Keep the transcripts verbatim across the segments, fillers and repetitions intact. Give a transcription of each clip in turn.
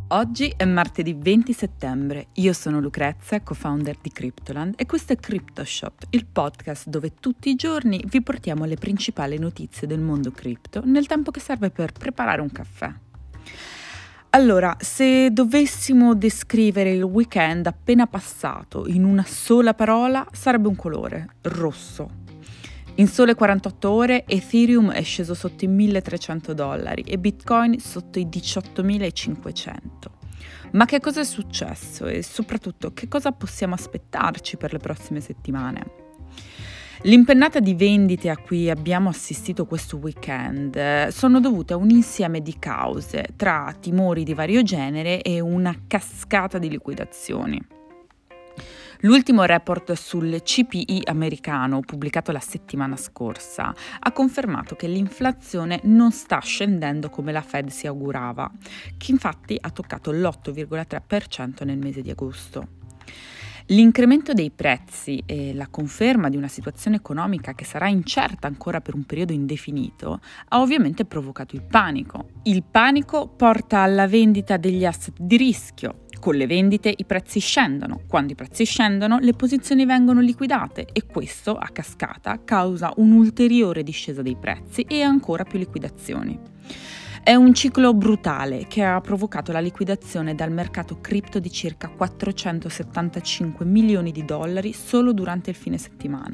Oggi è martedì venti settembre, io sono Lucrezia, co-founder di Cryptoland e questo è CryptoShot, il podcast dove tutti i giorni vi portiamo le principali notizie del mondo cripto nel tempo che serve per preparare un caffè. Allora, se dovessimo descrivere il weekend appena passato in una sola parola, sarebbe un colore, rosso. In sole quarantotto ore Ethereum è sceso sotto i milletrecento dollari e Bitcoin sotto i diciottomilacinquecento. Ma che cosa è successo e soprattutto che cosa possiamo aspettarci per le prossime settimane? L'impennata di vendite a cui abbiamo assistito questo weekend sono dovute a un insieme di cause tra timori di vario genere e una cascata di liquidazioni. L'ultimo report sul C P I americano, pubblicato la settimana scorsa, ha confermato che l'inflazione non sta scendendo come la Fed si augurava, che infatti ha toccato l'otto virgola tre per cento nel mese di agosto. L'incremento dei prezzi e la conferma di una situazione economica che sarà incerta ancora per un periodo indefinito ha ovviamente provocato il panico. Il panico porta alla vendita degli asset di rischio. Con le vendite i prezzi scendono, quando i prezzi scendono le posizioni vengono liquidate e questo, a cascata, causa un'ulteriore discesa dei prezzi e ancora più liquidazioni. È un ciclo brutale che ha provocato la liquidazione dal mercato cripto di circa quattrocentosettantacinque milioni di dollari solo durante il fine settimana.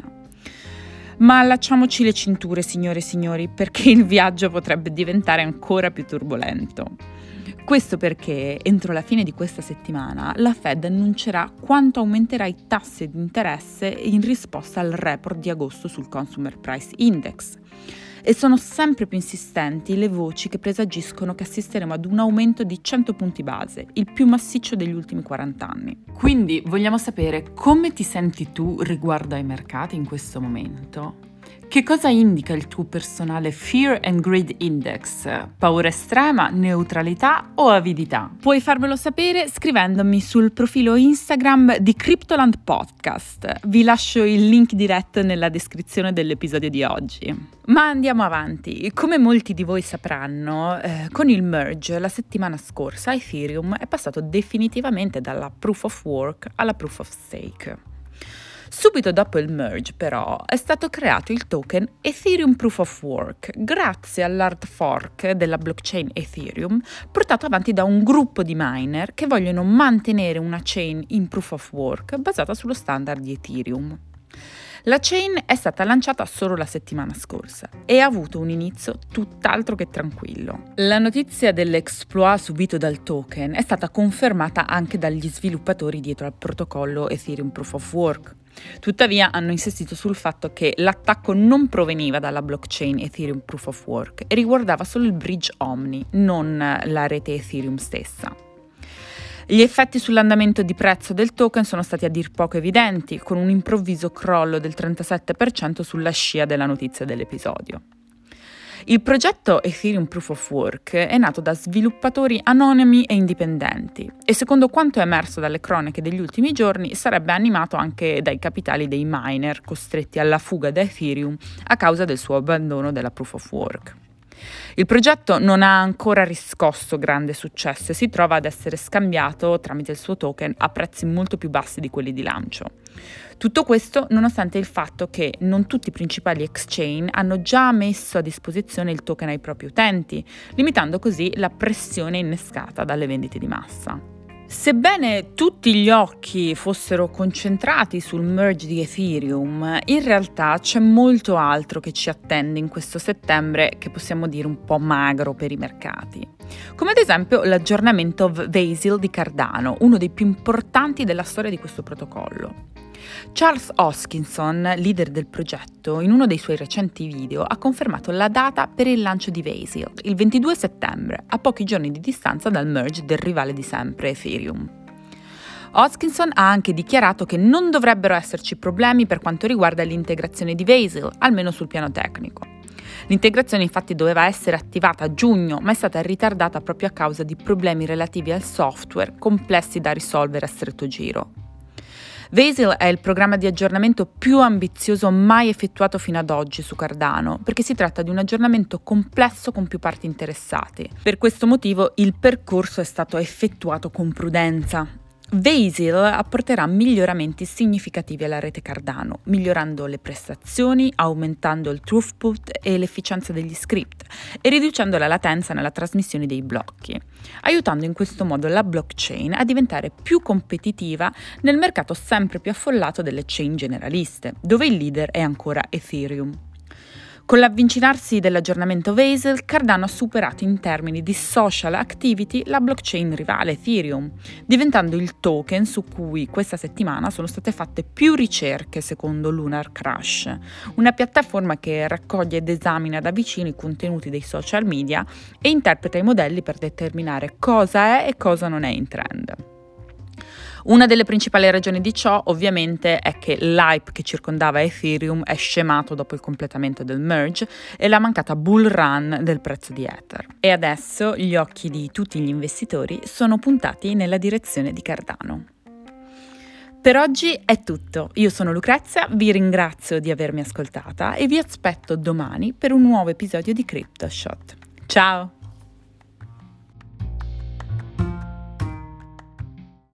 Ma allacciamoci le cinture, signore e signori, perché il viaggio potrebbe diventare ancora più turbolento. Questo perché entro la fine di questa settimana la Fed annuncerà quanto aumenterà i tassi di interesse in risposta al report di agosto sul Consumer Price Index. E sono sempre più insistenti le voci che presagiscono che assisteremo ad un aumento di cento punti base, il più massiccio degli ultimi quaranta anni. Quindi vogliamo sapere come ti senti tu riguardo ai mercati in questo momento? Che cosa indica il tuo personale Fear and Greed Index? Paura estrema, neutralità o avidità? Puoi farmelo sapere scrivendomi sul profilo Instagram di Cryptoland Podcast. Vi lascio il link diretto nella descrizione dell'episodio di oggi. Ma andiamo avanti. Come molti di voi sapranno, eh, con il merge la settimana scorsa Ethereum è passato definitivamente dalla Proof of Work alla Proof of Stake. Subito dopo il merge, però, è stato creato il token Ethereum Proof of Work grazie all'hard fork della blockchain Ethereum portato avanti da un gruppo di miner che vogliono mantenere una chain in Proof of Work basata sullo standard di Ethereum. La chain è stata lanciata solo la settimana scorsa e ha avuto un inizio tutt'altro che tranquillo. La notizia dell'exploit subito dal token è stata confermata anche dagli sviluppatori dietro al protocollo Ethereum Proof of Work. Tuttavia hanno insistito sul fatto che l'attacco non proveniva dalla blockchain Ethereum Proof of Work e riguardava solo il bridge Omni, non la rete Ethereum stessa. Gli effetti sull'andamento di prezzo del token sono stati a dir poco evidenti, con un improvviso crollo del trentasette per cento sulla scia della notizia dell'episodio. Il progetto Ethereum Proof of Work è nato da sviluppatori anonimi e indipendenti e secondo quanto è emerso dalle cronache degli ultimi giorni sarebbe animato anche dai capitali dei miner costretti alla fuga da Ethereum a causa del suo abbandono della Proof of Work. Il progetto non ha ancora riscosso grande successo e si trova ad essere scambiato tramite il suo token a prezzi molto più bassi di quelli di lancio. Tutto questo nonostante il fatto che non tutti i principali exchange hanno già messo a disposizione il token ai propri utenti, limitando così la pressione innescata dalle vendite di massa. Sebbene tutti gli occhi fossero concentrati sul merge di Ethereum, in realtà c'è molto altro che ci attende in questo settembre che possiamo dire un po' magro per i mercati. Come ad esempio l'aggiornamento Vasil di Cardano, uno dei più importanti della storia di questo protocollo. Charles Hoskinson, leader del progetto, in uno dei suoi recenti video ha confermato la data per il lancio di Vasil, il ventidue settembre, a pochi giorni di distanza dal merge del rivale di sempre Ethereum. Hoskinson ha anche dichiarato che non dovrebbero esserci problemi per quanto riguarda l'integrazione di Vasil, almeno sul piano tecnico. L'integrazione infatti doveva essere attivata a giugno, ma è stata ritardata proprio a causa di problemi relativi al software complessi da risolvere a stretto giro. Vasil è il programma di aggiornamento più ambizioso mai effettuato fino ad oggi su Cardano, perché si tratta di un aggiornamento complesso con più parti interessate. Per questo motivo il percorso è stato effettuato con prudenza. Vasil apporterà miglioramenti significativi alla rete Cardano, migliorando le prestazioni, aumentando il throughput e l'efficienza degli script e riducendo la latenza nella trasmissione dei blocchi, aiutando in questo modo la blockchain a diventare più competitiva nel mercato sempre più affollato delle chain generaliste, dove il leader è ancora Ethereum. Con l'avvicinarsi dell'aggiornamento Vasil, Cardano ha superato in termini di social activity la blockchain rivale Ethereum, diventando il token su cui questa settimana sono state fatte più ricerche secondo Lunar Crash, una piattaforma che raccoglie ed esamina da vicino i contenuti dei social media e interpreta i modelli per determinare cosa è e cosa non è in trend. Una delle principali ragioni di ciò, ovviamente, è che l'hype che circondava Ethereum è scemato dopo il completamento del merge e la mancata bull run del prezzo di Ether. E adesso gli occhi di tutti gli investitori sono puntati nella direzione di Cardano. Per oggi è tutto. Io sono Lucrezia, vi ringrazio di avermi ascoltata e vi aspetto domani per un nuovo episodio di CryptoShot. Ciao!